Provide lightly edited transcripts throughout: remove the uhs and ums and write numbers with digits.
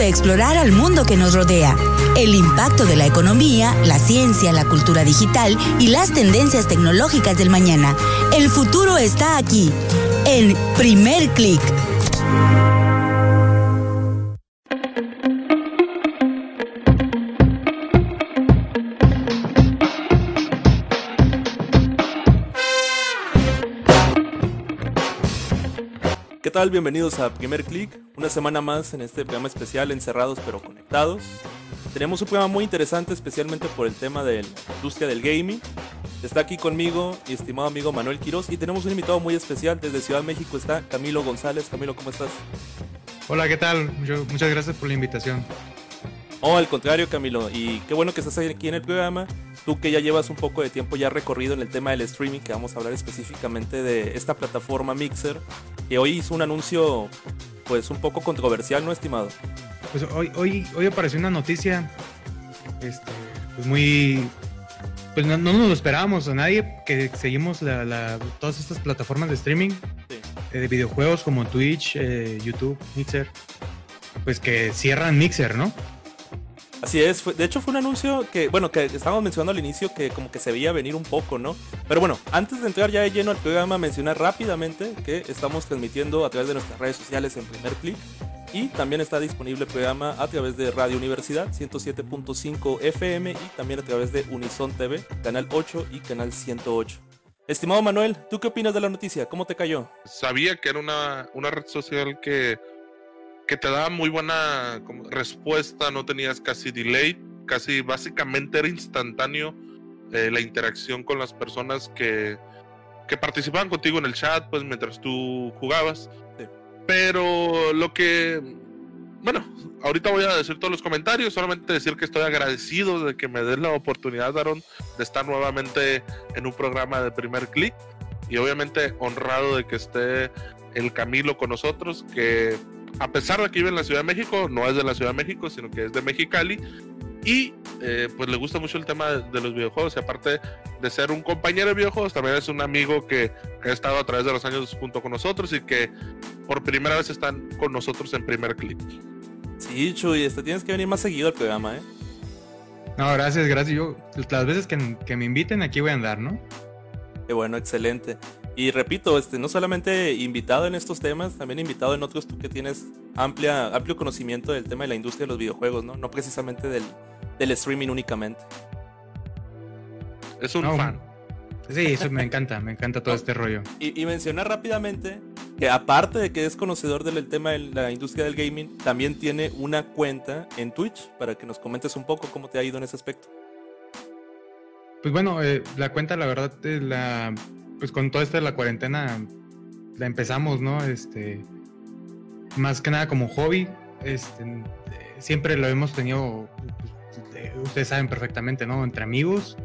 de explorar al mundo que nos rodea, el impacto de la economía, la ciencia, la cultura digital y las tendencias tecnológicas del mañana. El futuro está aquí, en Primer Click. ¿Qué tal? Bienvenidos a Primer Click, una semana más en este programa especial Encerrados pero Conectados. Tenemos un programa muy interesante, especialmente por el tema de la industria del gaming. Está aquí conmigo mi estimado amigo Manuel Quiroz y tenemos un invitado muy especial. Desde Ciudad de México está Camilo González. Camilo, ¿cómo estás? Hola, ¿qué tal? Muchas gracias por la invitación. Oh, al contrario, Camilo, y qué bueno que estás aquí en el programa. Tú que ya llevas un poco de tiempo ya recorrido en el tema del streaming, que vamos a hablar específicamente de esta plataforma Mixer, que hoy hizo un anuncio pues un poco controversial, ¿no, estimado? Pues hoy apareció una noticia pues muy... Pues no nos lo esperábamos a nadie, que seguimos todas estas plataformas de streaming, sí, de videojuegos como Twitch, YouTube, Mixer, pues que cierran Mixer, ¿no? Así es, de hecho fue un anuncio que estábamos mencionando al inicio que como que se veía venir un poco, ¿no? Pero bueno, antes de entrar ya de lleno al programa, mencionar rápidamente que estamos transmitiendo a través de nuestras redes sociales en Primer Click y también está disponible el programa a través de Radio Universidad 107.5 FM y también a través de Unison TV, Canal 8 y Canal 108. Estimado Manuel, ¿tú qué opinas de la noticia? ¿Cómo te cayó? Sabía que era una red social que te daba muy buena respuesta, no tenías casi delay, casi básicamente era instantáneo la interacción con las personas que participaban contigo en el chat, pues mientras tú jugabas. Sí. Pero ahorita voy a decir todos los comentarios, solamente decir que estoy agradecido de que me des la oportunidad, Aaron, de estar nuevamente en un programa de Primer Click y obviamente honrado de que esté el Camilo con nosotros, que a pesar de que vive en la Ciudad de México, no es de la Ciudad de México, sino que es de Mexicali. Y pues le gusta mucho el tema de los videojuegos. Y aparte de ser un compañero de videojuegos, también es un amigo que ha estado a través de los años junto con nosotros y que por primera vez están con nosotros en Primer Click. Sí, Chuy, tienes que venir más seguido al programa, ¿eh? No, gracias. Yo, las veces que me inviten, aquí voy a andar, ¿no? Qué bueno, excelente. Y repito, no solamente invitado en estos temas, también invitado en otros, tú que tienes amplio conocimiento del tema de la industria de los videojuegos, ¿no? No precisamente del streaming únicamente. Es un fan. Sí, eso me encanta todo este rollo. Y mencionar rápidamente que aparte de que es conocedor del tema de la industria del gaming, también tiene una cuenta en Twitch, para que nos comentes un poco cómo te ha ido en ese aspecto. Pues bueno, la cuenta, la verdad, pues con toda esta de la cuarentena la empezamos, ¿no? Más que nada como hobby, siempre lo hemos tenido, pues, ustedes saben perfectamente, ¿no? Entre amigos,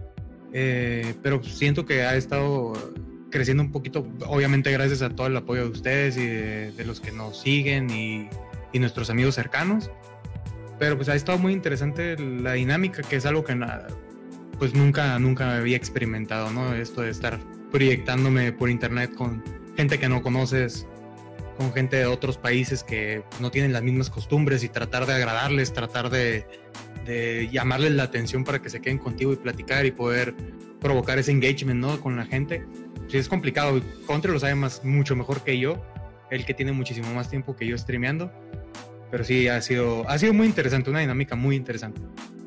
pero siento que ha estado creciendo un poquito, obviamente gracias a todo el apoyo de ustedes y de los que nos siguen y nuestros amigos cercanos, pero pues ha estado muy interesante la dinámica, que es algo que pues nunca había experimentado, ¿no? Esto de estar proyectándome por internet con gente que no conoces, con gente de otros países que no tienen las mismas costumbres y tratar de agradarles, tratar de llamarles la atención para que se queden contigo y platicar y poder provocar ese engagement, ¿no? Con la gente. Sí, es complicado. Contre lo sabe mucho mejor que yo, él que tiene muchísimo más tiempo que yo streameando, pero sí ha sido muy interesante, una dinámica muy interesante.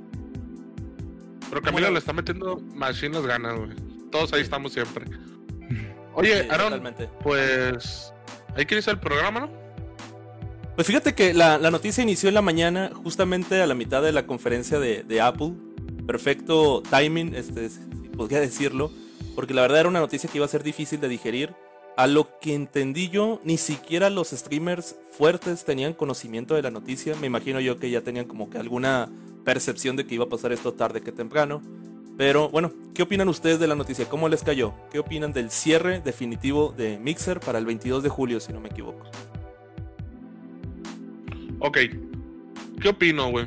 Pero Camilo le está metiendo machine las ganas, güey. Todos ahí estamos siempre. Oye, Aaron, totalmente. Pues hay que iniciar el programa, ¿no? Pues fíjate que la noticia inició en la mañana, justamente a la mitad de la conferencia de Apple. Perfecto timing, si podría decirlo, porque la verdad era una noticia que iba a ser difícil de digerir. A lo que entendí yo, ni siquiera los streamers fuertes tenían conocimiento de la noticia. Me imagino yo que ya tenían como que alguna percepción de que iba a pasar esto tarde que temprano. Pero bueno, ¿qué opinan ustedes de la noticia? ¿Cómo les cayó? ¿Qué opinan del cierre definitivo de Mixer para el 22 de julio, si no me equivoco? Ok, ¿qué opino, güey?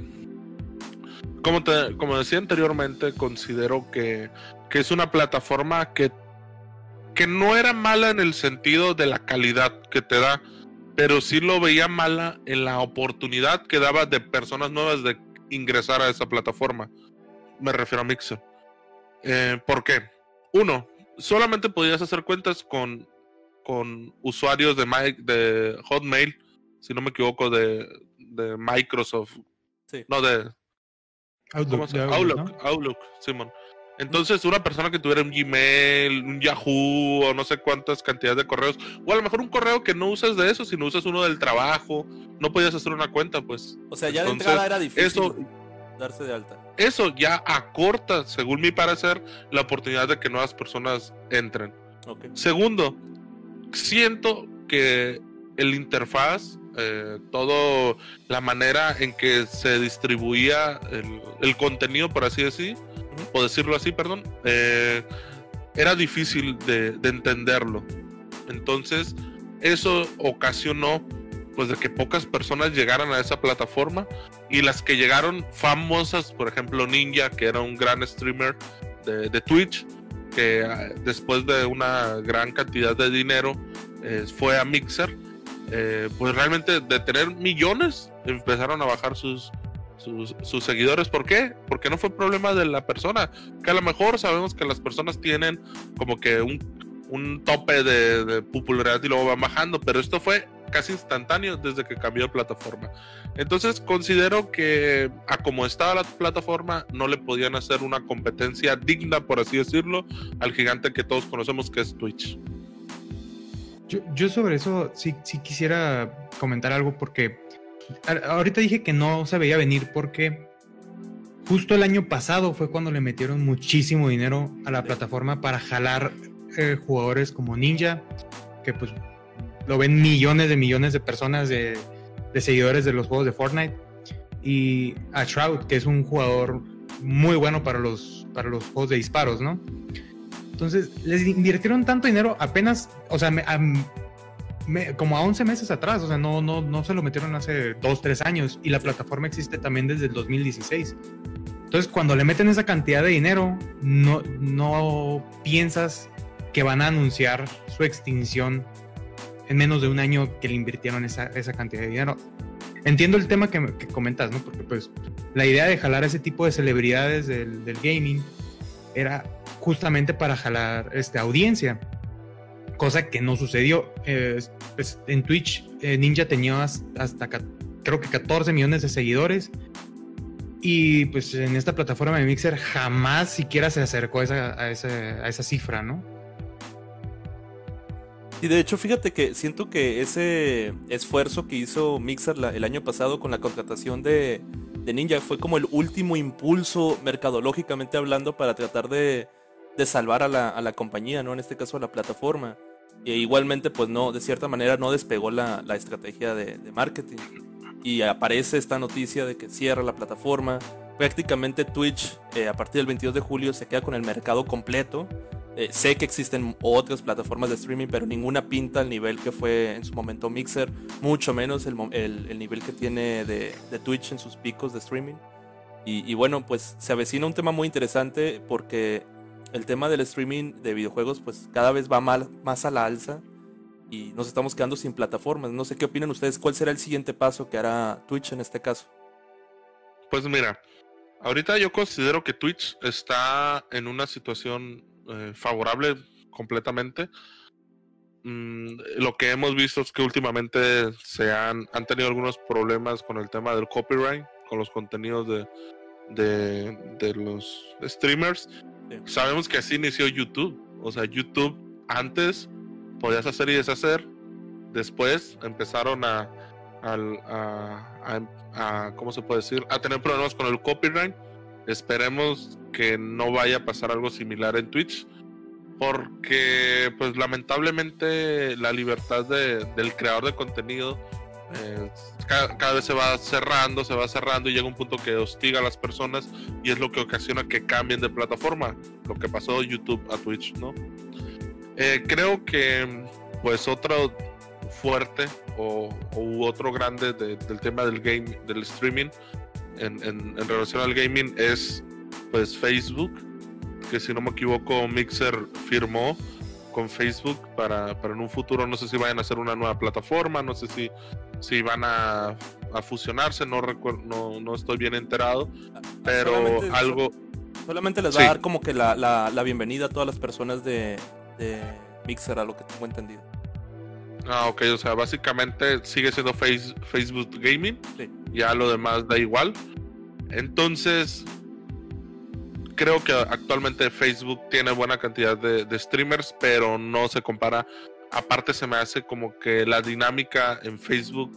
Como decía anteriormente, considero que es una plataforma que no era mala en el sentido de la calidad que te da, pero sí lo veía mala en la oportunidad que daba de personas nuevas de ingresar a esa plataforma. Me refiero a Mixer. ¿Por qué? Uno, solamente podías hacer cuentas con usuarios de Hotmail, si no me equivoco, de Microsoft. Sí. No, de Outlook, Outlook, Simón. Entonces, una persona que tuviera un Gmail, un Yahoo, o no sé cuántas cantidades de correos, o a lo mejor un correo que no usas de eso, sino usas uno del trabajo, no podías hacer una cuenta, pues. O sea, ya entonces, de entrada era difícil eso, darse de alta. Eso ya acorta, según mi parecer, la oportunidad de que nuevas personas entren. Okay. Segundo, siento que el interfaz, todo la manera en que se distribuía el contenido, por así decir, o decirlo así, perdón, era difícil de entenderlo. Entonces, eso ocasionó pues de que pocas personas llegaran a esa plataforma, y las que llegaron famosas, por ejemplo Ninja, que era un gran streamer de Twitch, que después de una gran cantidad de dinero fue a Mixer, pues realmente de tener millones empezaron a bajar sus seguidores. ¿Por qué? Porque no fue problema de la persona, que a lo mejor sabemos que las personas tienen como que un tope de popularidad y luego van bajando, pero esto fue casi instantáneo desde que cambió de plataforma. Entonces considero que a como estaba la plataforma no le podían hacer una competencia digna, por así decirlo, al gigante que todos conocemos, que es Twitch. Yo sobre eso sí quisiera comentar algo, porque ahorita dije que no se veía venir porque justo el año pasado fue cuando le metieron muchísimo dinero a la plataforma para jalar jugadores como Ninja, que pues lo ven millones de personas, de seguidores de los juegos de Fortnite, y a Shroud, que es un jugador muy bueno para los juegos de disparos, ¿no? Entonces les invirtieron tanto dinero apenas, o sea, como a 11 meses atrás, o sea, no se lo metieron hace 2-3 años, y la plataforma existe también desde el 2016. Entonces, cuando le meten esa cantidad de dinero, no piensas que van a anunciar su extinción en menos de un año que le invirtieron esa cantidad de dinero. Entiendo el tema que comentas, ¿no? Porque pues la idea de jalar ese tipo de celebridades del gaming era justamente para jalar audiencia, cosa que no sucedió. Pues, en Twitch Ninja tenía hasta creo que 14 millones de seguidores, y pues en esta plataforma de Mixer jamás siquiera se acercó a esa cifra, ¿no? Y de hecho, fíjate que siento que ese esfuerzo que hizo Mixer el año pasado con la contratación de Ninja fue como el último impulso mercadológicamente hablando para tratar de salvar a la compañía, ¿no? En este caso a la plataforma. E igualmente, pues no, de cierta manera no despegó la estrategia de marketing. Y aparece esta noticia de que cierra la plataforma. Prácticamente Twitch a partir del 22 de julio se queda con el mercado completo. Sé que existen otras plataformas de streaming, pero ninguna pinta al nivel que fue en su momento Mixer, mucho menos el nivel que tiene de Twitch en sus picos de streaming. Y bueno, pues se avecina un tema muy interesante, porque el tema del streaming de videojuegos pues cada vez va más a la alza, y nos estamos quedando sin plataformas. No sé qué opinan ustedes, ¿cuál será el siguiente paso que hará Twitch en este caso? Pues mira, ahorita yo considero que Twitch está en una situación favorable completamente. Lo que hemos visto es que últimamente han tenido algunos problemas con el tema del copyright, con los contenidos de los streamers. Sí. Sabemos que así inició YouTube. O sea, YouTube antes podías hacer y deshacer. Después empezaron a ¿cómo se puede decir? A tener problemas con el copyright. Esperemos que no vaya a pasar algo similar en Twitch, porque pues lamentablemente la libertad del creador de contenido cada vez se va cerrando y llega un punto que hostiga a las personas, y es lo que ocasiona que cambien de plataforma, lo que pasó de YouTube a Twitch, ¿no? Creo que pues otro fuerte u otro grande del tema del streaming en relación al gaming es pues Facebook, que si no me equivoco Mixer firmó con Facebook para en un futuro. No sé si vayan a hacer una nueva plataforma, no sé si van a fusionarse, no recuerdo, no estoy bien enterado, pero solamente les va a dar como que la bienvenida a todas las personas de Mixer, a lo que tengo entendido. Ok, o sea, básicamente sigue siendo Facebook Gaming, sí. Ya lo demás da igual. Entonces, creo que actualmente Facebook tiene buena cantidad de streamers, pero no se compara. Aparte, se me hace como que la dinámica en Facebook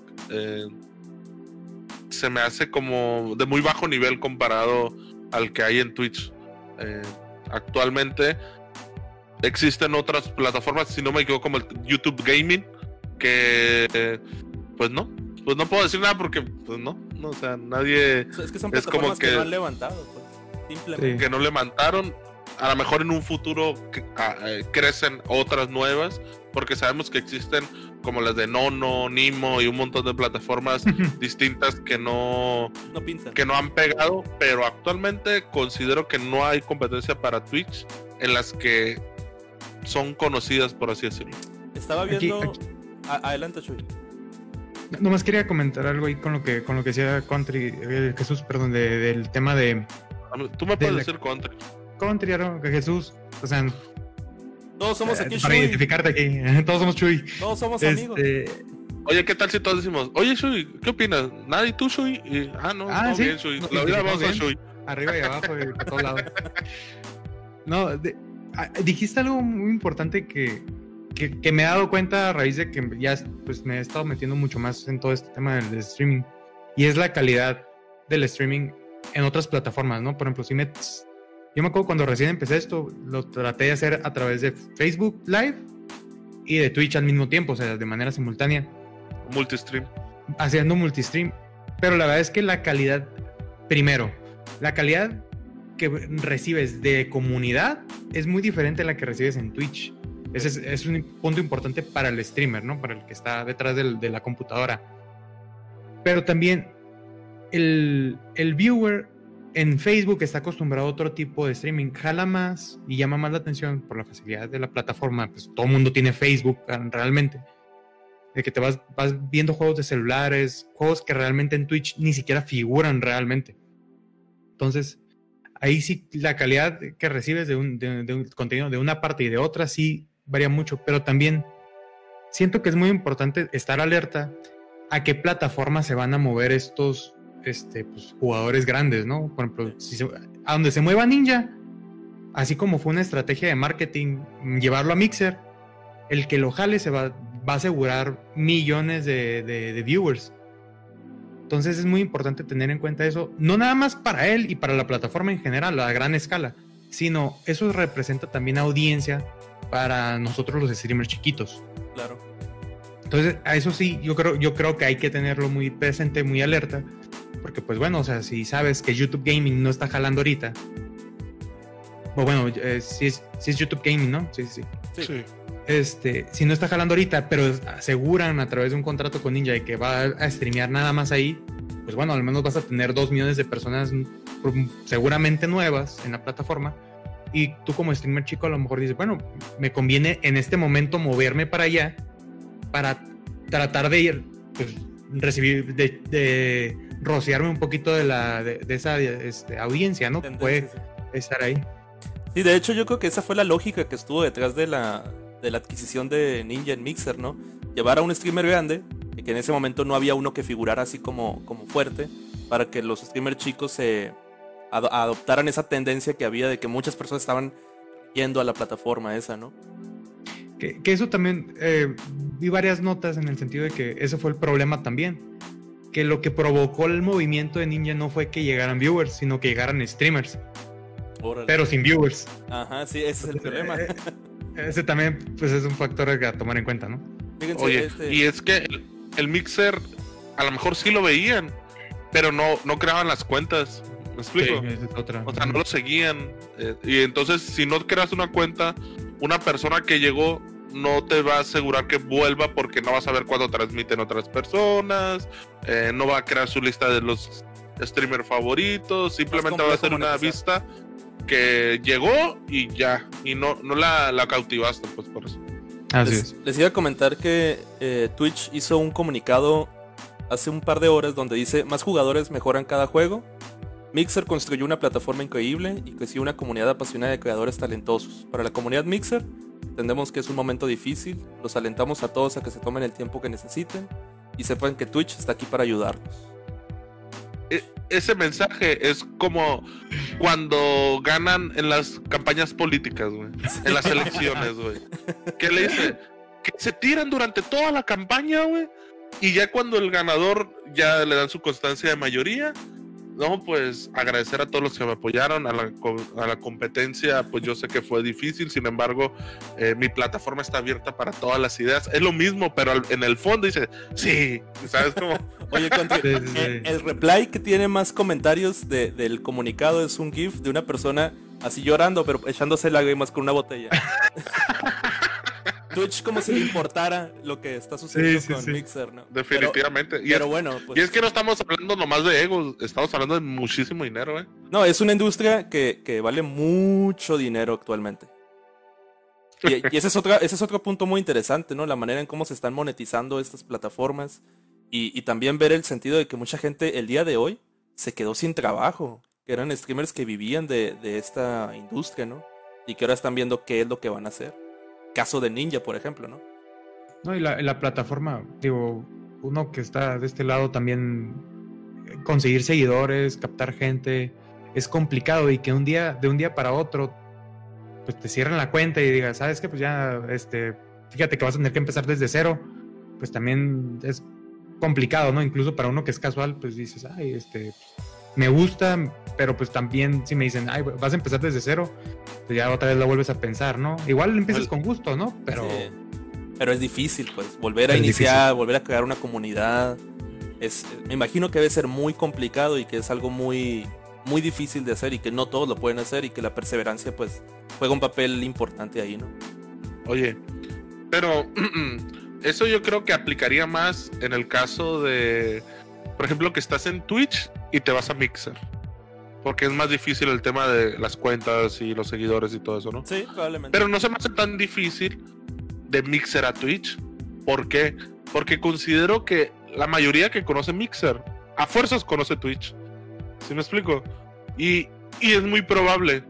se me hace como de muy bajo nivel comparado al que hay en Twitch. Actualmente existen otras plataformas, si no me equivoco, como el YouTube Gaming, que pues no puedo decir nada porque pues no, o sea, nadie... Es que son plataformas que no han levantado, pues, simplemente. Que no levantaron. A lo mejor en un futuro crecen otras nuevas, porque sabemos que existen como las de Nono, Nimo y un montón de plataformas distintas que no pintan, que no han pegado, pero actualmente considero que no hay competencia para Twitch en las que son conocidas, por así decirlo. Estaba viendo... Aquí. Adelante, Chuy. Nomás quería comentar algo ahí con lo que decía Jesús, perdón, del tema de... Tú me puedes decir Country, que Jesús, o sea... Todos somos aquí, para Chuy. identificarte aquí, todos somos Chuy. Todos somos amigos. Oye, ¿qué tal si todos decimos, oye, Chuy, ¿qué opinas? ¿Nada y tú, Chuy? No, ¿sí? Bien, Chuy. La vida vamos a Chuy. Arriba y abajo y por todos lados. No, dijiste algo muy importante que me he dado cuenta a raíz de que ya pues, me he estado metiendo mucho más en todo este tema del streaming, y es la calidad del streaming en otras plataformas, ¿no? Por ejemplo, yo me acuerdo cuando recién empecé esto, lo traté de hacer a través de Facebook Live y de Twitch al mismo tiempo, o sea, de manera simultánea. Multistream. Haciendo multistream. Pero la verdad es que la calidad que recibes de comunidad es muy diferente a la que recibes en Twitch. Ese es un punto importante para el streamer, ¿no? Para el que está detrás de la computadora. Pero también el viewer en Facebook está acostumbrado a otro tipo de streaming, jala más y llama más la atención por la facilidad de la plataforma. Pues todo el mundo tiene Facebook realmente, de que te vas viendo juegos de celulares, juegos que realmente en Twitch ni siquiera figuran realmente. Entonces ahí sí la calidad que recibes de un contenido de una parte y de otra sí varía mucho, pero también siento que es muy importante estar alerta a qué plataformas se van a mover estos pues, jugadores grandes, ¿no? Por ejemplo, a donde se mueva Ninja, así como fue una estrategia de marketing llevarlo a Mixer, el que lo jale se va a asegurar millones de viewers. Entonces es muy importante tener en cuenta eso, no nada más para él y para la plataforma en general, a gran escala, sino eso representa también audiencia para nosotros los streamers chiquitos. Claro. Entonces a eso sí, yo creo que hay que tenerlo muy presente, muy alerta, porque pues bueno, o sea, si sabes que YouTube Gaming no está jalando ahorita, o bueno, si es YouTube Gaming, ¿no? Sí. Si no está jalando ahorita, pero aseguran a través de un contrato con Ninja de que va a streamear nada más ahí, pues bueno, al menos vas a tener 2 millones de personas seguramente nuevas en la plataforma, y tú como streamer chico a lo mejor dices, bueno, me conviene en este momento moverme para allá para tratar de ir, pues, recibir, de rociarme un poquito de esa audiencia, ¿no? Puede estar ahí. Sí, de hecho yo creo que esa fue la lógica que estuvo detrás de la adquisición de Ninja en Mixer, ¿no? Llevar a un streamer grande, y que en ese momento no había uno que figurara así como fuerte, para que los streamers chicos se adoptaran esa tendencia que había de que muchas personas estaban yendo a la plataforma esa, ¿no? Que eso también, vi varias notas en el sentido de que ese fue el problema también, que lo que provocó el movimiento de Ninja no fue que llegaran viewers, sino que llegaran streamers. Órale. Pero sin viewers. Ajá, sí, ese es el problema. Ese también pues es un factor a tomar en cuenta, ¿no? Fíjense, oye, y es que el Mixer a lo mejor sí lo veían, pero no creaban las cuentas. ¿Me explico? Sí, es otra. O sea, no lo seguían. Y entonces, si no creas una cuenta, una persona que llegó no te va a asegurar que vuelva, porque no vas a ver cuándo transmiten otras personas, no va a crear su lista de los streamers favoritos, simplemente va a hacer una vista que llegó y ya, y no la cautivaste, pues por eso. Así es. Les iba a comentar que Twitch hizo un comunicado hace un par de horas donde dice: más jugadores mejoran cada juego. Mixer construyó una plataforma increíble y creció una comunidad apasionada de creadores talentosos. Para la comunidad Mixer, entendemos que es un momento difícil. Los alentamos a todos a que se tomen el tiempo que necesiten y sepan que Twitch está aquí para ayudarnos. Ese mensaje es como cuando ganan en las campañas políticas, güey. En las elecciones, güey. ¿Qué le dice? Que se tiran durante toda la campaña, güey. Y ya cuando el ganador ya le dan su constancia de mayoría, no, pues agradecer a todos los que me apoyaron, a la competencia, pues yo sé que fue difícil, sin embargo, mi plataforma está abierta para todas las ideas. Es lo mismo, pero en el fondo dice, sí, ¿sabes cómo? Oye, el reply que tiene más comentarios del comunicado es un GIF de una persona así llorando, pero echándose lágrimas con una botella. Twitch como si le importara lo que está sucediendo con Mixer, ¿no? Definitivamente. Pero bueno, pues... Y es que no estamos hablando nomás de egos, estamos hablando de muchísimo dinero, ¿eh? No, es una industria que vale mucho dinero actualmente. Y ese es otro punto muy interesante, ¿no? La manera en cómo se están monetizando estas plataformas. Y también ver el sentido de que mucha gente el día de hoy se quedó sin trabajo. Que eran streamers que vivían de esta industria, ¿no? Y que ahora están viendo qué es lo que van a hacer. Caso de Ninja, por ejemplo, ¿no? No, y la plataforma, digo, uno que está de este lado también, conseguir seguidores, captar gente, es complicado, y que de un día para otro, pues te cierran la cuenta y digas, ¿sabes qué? Pues ya, fíjate que vas a tener que empezar desde cero, pues también es complicado, ¿no? Incluso para uno que es casual, pues dices, ay, me gusta, pero pues también si me dicen, ay, vas a empezar desde cero, pues ya otra vez la vuelves a pensar, ¿no? Igual empiezas con gusto, ¿no? Pero... Sí. Pero es difícil, pues, volver a iniciar, difícil. Volver a crear una comunidad. Me imagino que debe ser muy complicado y que es algo muy, muy difícil de hacer y que no todos lo pueden hacer y que la perseverancia, pues, juega un papel importante ahí, ¿no? Oye, pero eso yo creo que aplicaría más en el caso de, por ejemplo, que estás en Twitch y te vas a Mixer. Porque es más difícil el tema de las cuentas y los seguidores y todo eso, ¿no? Sí, probablemente. Pero no se me hace tan difícil de Mixer a Twitch. ¿Por qué? Porque considero que la mayoría que conoce Mixer a fuerzas conoce Twitch. ¿Sí me explico? Y es muy probable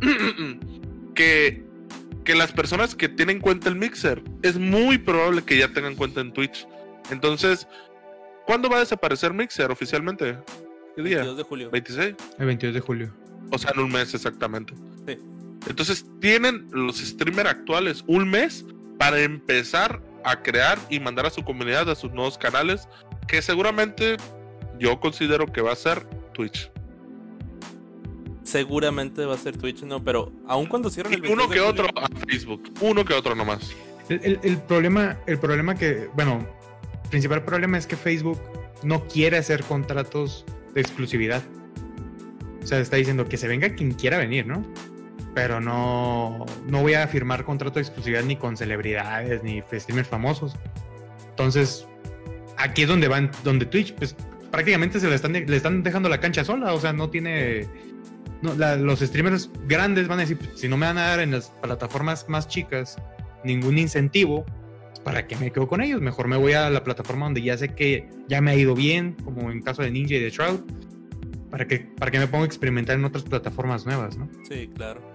que las personas que tienen cuenta en Mixer, es muy probable que ya tengan cuenta en Twitch. Entonces, ¿cuándo va a desaparecer Mixer oficialmente? ¿Qué día? 22 de julio. ¿26? El 22 de julio. O sea, en un mes exactamente. Sí. Entonces, tienen los streamers actuales un mes para empezar a crear y mandar a su comunidad, a sus nuevos canales, que seguramente yo considero que va a ser Twitch. Seguramente va a ser Twitch, no, pero aun cuando cierran el 22 uno que de otro julio... a Facebook, uno que otro nomás. El problema que, bueno, el principal problema es que Facebook no quiere hacer contratos de exclusividad. O sea, está diciendo que se venga quien quiera venir, ¿no? Pero no voy a firmar contrato de exclusividad ni con celebridades ni streamers famosos. Entonces, aquí es donde Twitch, pues prácticamente le están dejando la cancha sola. O sea, no tiene... los streamers grandes van a decir, si no me van a dar en las plataformas más chicas ningún incentivo, ¿para qué me quedo con ellos? Mejor me voy a la plataforma donde ya sé que ya me ha ido bien, como en caso de Ninja y de Shroud. ¿Para qué me pongo a experimentar en otras plataformas nuevas, no? Sí, claro.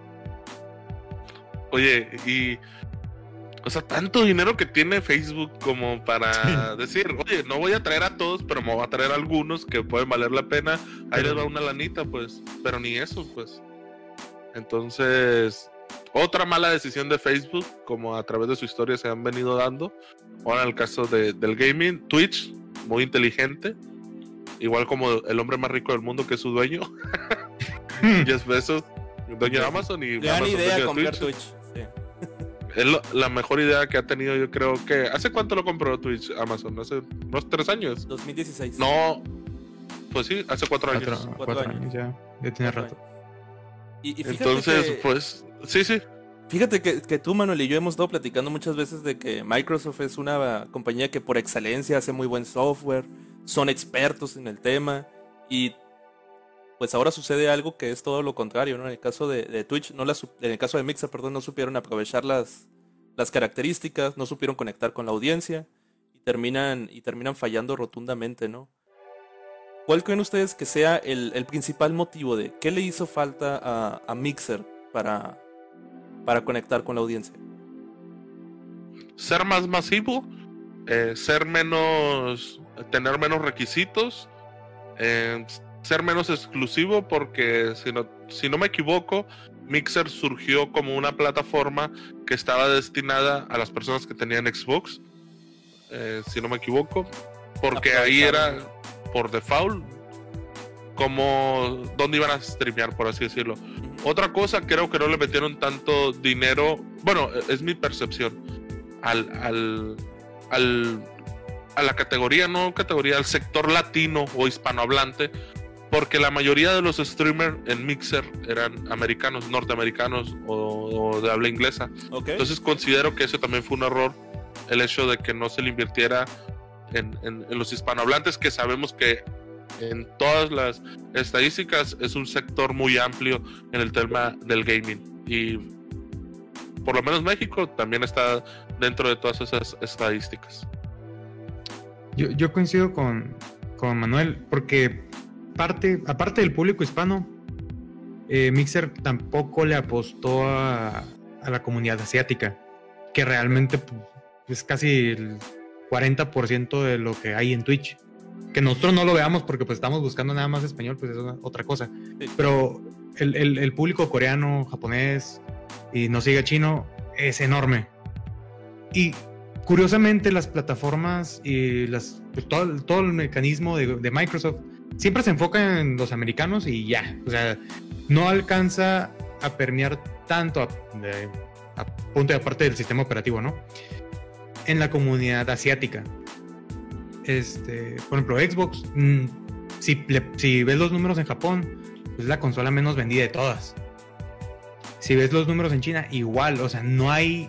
Oye, o sea, tanto dinero que tiene Facebook como para decir, oye, no voy a traer a todos, pero me voy a traer a algunos que pueden valer la pena. Ahí les va una lanita, pues. Pero ni eso, pues. Entonces, otra mala decisión de Facebook, como a través de su historia se han venido dando. Ahora en el caso del gaming, Twitch, muy inteligente. Igual como el hombre más rico del mundo, que es su dueño. Jeff Bezos, dueño de Amazon y gran Amazon, idea comprar Twitch. Sí. Es la mejor idea que ha tenido, yo creo que... ¿Hace cuánto lo compró Twitch Amazon? ¿Hace unos 3 años? 2016. No, pues sí, hace 4 años. 4 años ya tiene rato. Y fíjate entonces, pues, sí. Fíjate que tú, Manuel, y yo hemos estado platicando muchas veces de que Microsoft es una compañía que por excelencia hace muy buen software, son expertos en el tema, y pues ahora sucede algo que es todo lo contrario, ¿no? En el caso de Twitch, en el caso de Mixer, perdón, no supieron aprovechar las características, no supieron conectar con la audiencia y terminan fallando rotundamente, ¿no? ¿Cuál creen ustedes que sea el principal motivo de qué le hizo falta a Mixer para conectar con la audiencia? Ser más masivo, tener menos requisitos, ser menos exclusivo, porque si no me equivoco, Mixer surgió como una plataforma que estaba destinada a las personas que tenían Xbox, si no me equivoco, porque ahí era por default como donde iban a streamear, por así decirlo. Otra cosa, creo que no le metieron tanto dinero, bueno, es mi percepción, a la categoría, al sector latino o hispanohablante, porque la mayoría de los streamers en Mixer eran americanos, norteamericanos o de habla inglesa. Okay. Entonces considero que eso también fue un error, el hecho de que no se le invirtiera en los hispanohablantes, que sabemos que en todas las estadísticas es un sector muy amplio en el tema del gaming, y por lo menos México también está dentro de todas esas estadísticas. Yo coincido con Manuel, porque aparte del público hispano, Mixer tampoco le apostó a la comunidad asiática, que realmente es casi el 40% de lo que hay en Twitch. Que nosotros no lo veamos porque pues estamos buscando nada más español, pues es otra cosa. Sí. Pero el público coreano, japonés y no siga chino es enorme. Y curiosamente las plataformas y pues, todo el mecanismo de Microsoft siempre se enfoca en los americanos y ya. O sea, no alcanza a permear tanto a punto y aparte del sistema operativo, ¿no? En la comunidad asiática. Por ejemplo, Xbox, si ves los números en Japón, es la consola menos vendida de todas. Si ves los números en China, igual, o sea, no hay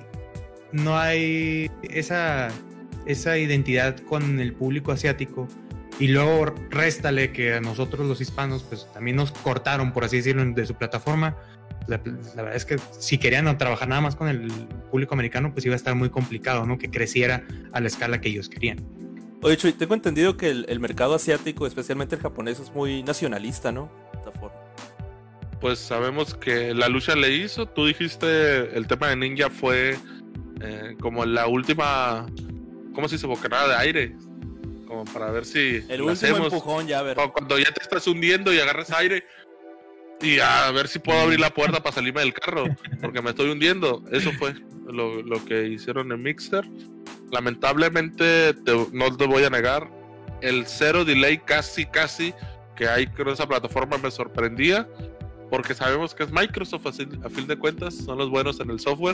esa identidad con el público asiático. Y luego réstale que a nosotros los hispanos, pues también nos cortaron, por así decirlo, de su plataforma. La verdad es que si querían trabajar nada más con el público americano, pues iba a estar muy complicado, ¿no? Que creciera a la escala que ellos querían. Oye, Chuy, tengo entendido que el mercado asiático, especialmente el japonés, es muy nacionalista, ¿no? De esta forma. Pues sabemos que la lucha le hizo. Tú dijiste, el tema de Ninja fue como la última, ¿cómo se dice? Bocanada de aire. Como para ver si el último empujón, ya a ver. Cuando ya te estás hundiendo y agarras aire y a ver si puedo abrir la puerta para salirme del carro, porque me estoy hundiendo. Eso fue lo que hicieron en Mixer. Lamentablemente, no te voy a negar, el cero delay casi que hay con esa plataforma me sorprendía, porque sabemos que es Microsoft, a fin de cuentas son los buenos en el software,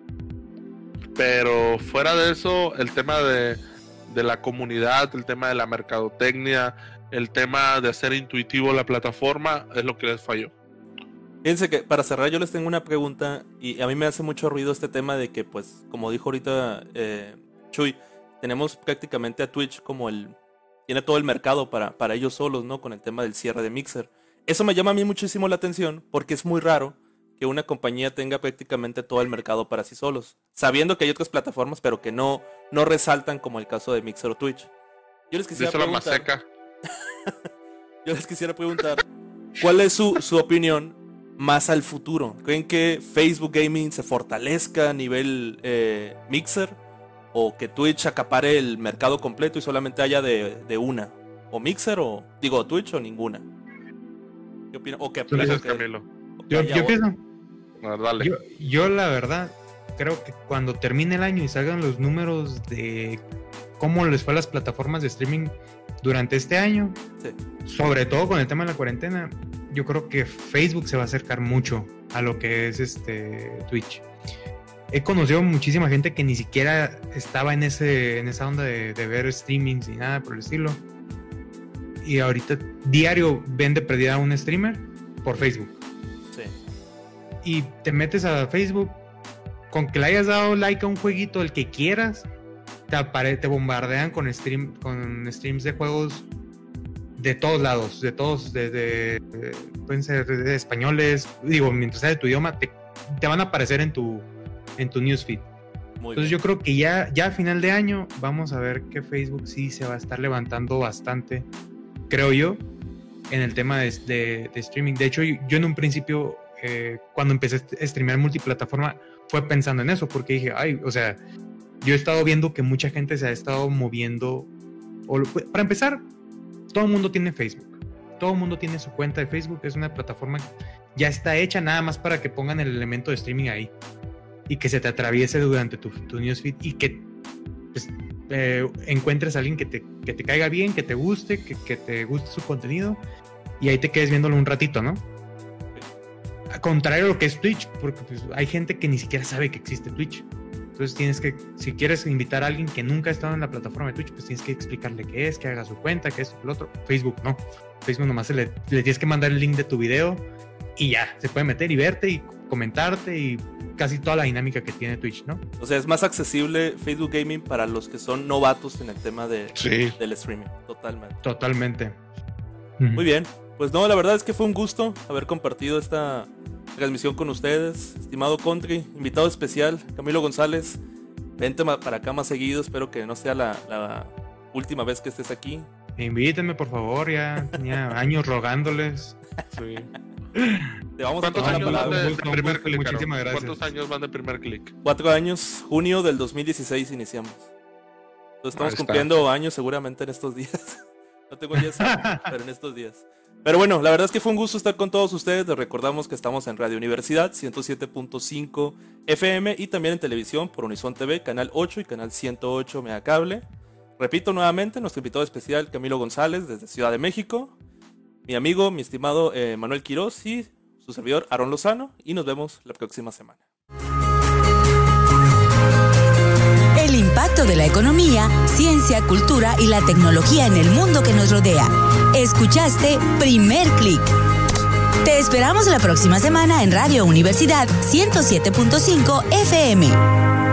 pero fuera de eso, el tema de la comunidad, el tema de la mercadotecnia, el tema de hacer intuitivo la plataforma es lo que les falló. Fíjense que para cerrar yo les tengo una pregunta, y a mí me hace mucho ruido este tema de que, pues, como dijo ahorita Chuy, tenemos prácticamente a Twitch como tiene todo el mercado para ellos solos, ¿no? Con el tema del cierre de Mixer. Eso me llama a mí muchísimo la atención, porque es muy raro que una compañía tenga prácticamente todo el mercado para sí solos, sabiendo que hay otras plataformas, pero que no resaltan, como el caso de Mixer o Twitch. Yo les quisiera preguntar, yo les quisiera preguntar, ¿cuál es su opinión más al futuro? ¿Creen que Facebook Gaming se fortalezca a nivel Mixer? ¿O que Twitch acapare el mercado completo y solamente haya de una? ¿O Mixer o Twitch o ninguna? ¿Qué opinas? ¿O qué opinas, Camilo? Yo pienso. Dale. Yo la verdad creo que cuando termine el año y salgan los números de cómo les fue a las plataformas de streaming durante este año, sí, sobre todo con el tema de la cuarentena, yo creo que Facebook se va a acercar mucho a lo que es Twitch. He conocido muchísima gente que ni siquiera estaba en esa onda de ver streamings ni nada por el estilo. Y ahorita diario ven de perdida a un streamer por Facebook. Sí. Y te metes a Facebook, con que le hayas dado like a un jueguito, el que quieras, te bombardean con streams de juegos de todos lados, pueden ser de españoles, digo, mientras sea de tu idioma, te van a aparecer en tu newsfeed. Entonces yo creo que ya a final de año vamos a ver que Facebook sí se va a estar levantando bastante, creo yo, en el tema de streaming. De hecho, yo en un principio, cuando empecé a streamear multiplataforma, fue pensando en eso, porque dije, o sea, yo he estado viendo que mucha gente se ha estado moviendo. Para empezar, todo el mundo tiene Facebook, todo el mundo tiene su cuenta de Facebook, es una plataforma ya está hecha nada más para que pongan el elemento de streaming ahí y que se te atraviese durante tu newsfeed y que pues, encuentres a alguien que te caiga bien, que te guste, que te guste su contenido y ahí te quedes viéndolo un ratito, ¿no? A contrario a lo que es Twitch, porque pues, hay gente que ni siquiera sabe que existe Twitch. Entonces tienes que, si quieres invitar a alguien que nunca ha estado en la plataforma de Twitch, pues tienes que explicarle qué es, que haga su cuenta, que esto, que lo otro. Facebook no. Facebook nomás le tienes que mandar el link de tu video y ya, se puede meter y verte y comentarte y casi toda la dinámica que tiene Twitch, ¿no? O sea, es más accesible Facebook Gaming para los que son novatos en el tema del streaming. Totalmente. Muy bien. Pues no, la verdad es que fue un gusto haber compartido esta transmisión con ustedes. Estimado Country, invitado especial, Camilo González. Vente para acá más seguido. Espero que no sea la última vez que estés aquí. Invítenme, por favor. Ya tenía años rogándoles. Sí. Te vamos ¿Cuántos a años van de primer click? Muchísimas gracias. ¿Cuántos años van de primer click? 4 años, junio del 2016 iniciamos. Entonces estamos cumpliendo años seguramente en estos días. No tengo ya eso, pero en estos días. Pero bueno, la verdad es que fue un gusto estar con todos ustedes. Les recordamos que estamos en Radio Universidad 107.5 FM y también en televisión por Unison TV, Canal 8 y Canal 108 Megacable. Repito nuevamente, nuestro invitado especial Camilo González desde Ciudad de México, mi amigo, mi estimado Manuel Quiroz y su servidor Aaron Lozano, y nos vemos la próxima semana. El impacto de la economía, ciencia, cultura y la tecnología en el mundo que nos rodea. Escuchaste Primer Click. Te esperamos la próxima semana en Radio Universidad 107.5 FM.